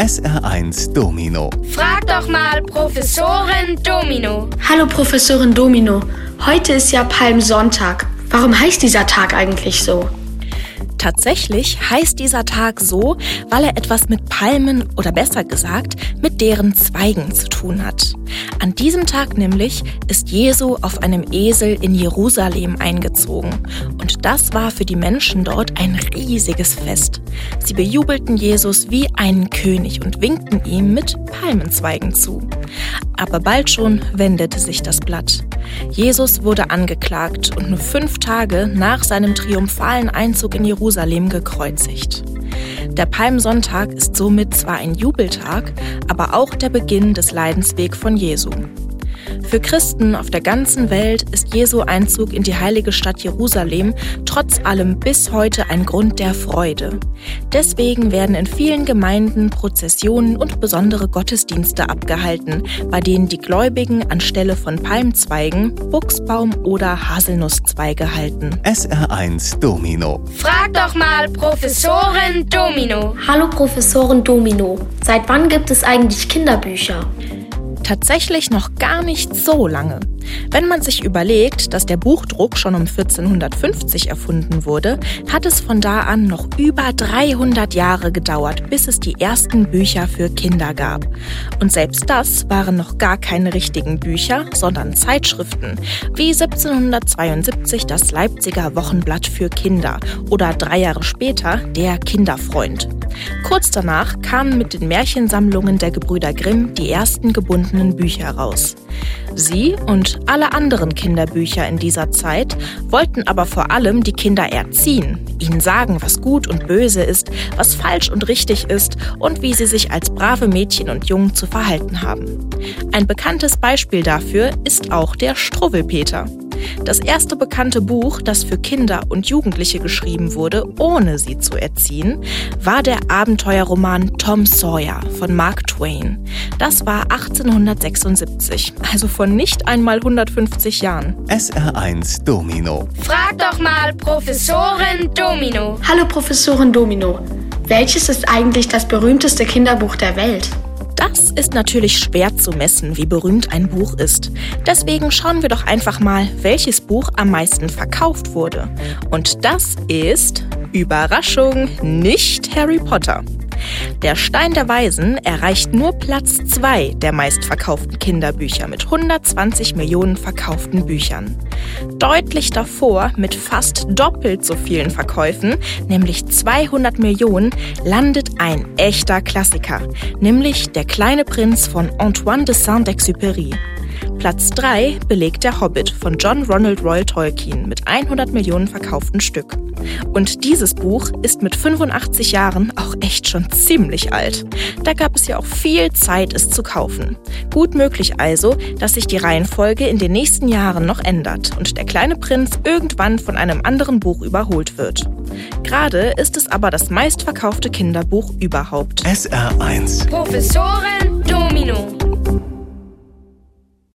SR1 Domino. Frag doch mal Professorin Domino. Hallo Professorin Domino, heute ist ja Palmsonntag. Warum heißt dieser Tag eigentlich so? Tatsächlich heißt dieser Tag so, weil er etwas mit Palmen oder besser gesagt mit deren Zweigen zu tun hat. An diesem Tag nämlich ist Jesu auf einem Esel in Jerusalem eingezogen. Und das war für die Menschen dort ein riesiges Fest. Sie bejubelten Jesus wie einen König und winkten ihm mit Palmenzweigen zu. Aber bald schon wendete sich das Blatt. Jesus wurde angeklagt und nur 5 Tage nach seinem triumphalen Einzug in Jerusalem gekreuzigt. Der Palmsonntag ist somit zwar ein Jubeltag, aber auch der Beginn des Leidenswegs von Jesu. Für Christen auf der ganzen Welt ist Jesu Einzug in die heilige Stadt Jerusalem trotz allem bis heute ein Grund der Freude. Deswegen werden in vielen Gemeinden Prozessionen und besondere Gottesdienste abgehalten, bei denen die Gläubigen anstelle von Palmzweigen Buchsbaum- oder Haselnusszweige halten. SR1 Domino. Frag doch mal Professorin Domino. Hallo Professorin Domino, seit wann gibt es eigentlich Kinderbücher? Tatsächlich noch gar nicht so lange. Wenn man sich überlegt, dass der Buchdruck schon um 1450 erfunden wurde, hat es von da an noch über 300 Jahre gedauert, bis es die ersten Bücher für Kinder gab. Und selbst das waren noch gar keine richtigen Bücher, sondern Zeitschriften, wie 1772 das Leipziger Wochenblatt für Kinder oder 3 Jahre später der Kinderfreund. Kurz danach kamen mit den Märchensammlungen der Gebrüder Grimm die ersten gebundenen Bücher raus. Sie und alle anderen Kinderbücher in dieser Zeit wollten aber vor allem die Kinder erziehen, ihnen sagen, was gut und böse ist, was falsch und richtig ist und wie sie sich als brave Mädchen und Jungen zu verhalten haben. Ein bekanntes Beispiel dafür ist auch der Struwwelpeter. Das erste bekannte Buch, das für Kinder und Jugendliche geschrieben wurde, ohne sie zu erziehen, war der Abenteuerroman Tom Sawyer von Mark Twain. Das war 1876, also vor nicht einmal 150 Jahren. SR1 Domino. Frag doch mal Professorin Domino. Hallo Professorin Domino, welches ist eigentlich das berühmteste Kinderbuch der Welt? Das ist natürlich schwer zu messen, wie berühmt ein Buch ist. Deswegen schauen wir doch einfach mal, welches Buch am meisten verkauft wurde. Und das ist, Überraschung, nicht Harry Potter. Der Stein der Weisen erreicht nur Platz 2 der meistverkauften Kinderbücher mit 120 Millionen verkauften Büchern. Deutlich davor, mit fast doppelt so vielen Verkäufen, nämlich 200 Millionen, landet ein echter Klassiker, nämlich Der kleine Prinz von Antoine de Saint-Exupéry. Platz 3 belegt Der Hobbit von John Ronald Reuel Tolkien mit 100 Millionen verkauften Stück. Und dieses Buch ist mit 85 Jahren auch echt schon ziemlich alt. Da gab es ja auch viel Zeit, es zu kaufen. Gut möglich also, dass sich die Reihenfolge in den nächsten Jahren noch ändert und Der kleine Prinz irgendwann von einem anderen Buch überholt wird. Gerade ist es aber das meistverkaufte Kinderbuch überhaupt. SR1 Professorin Domino.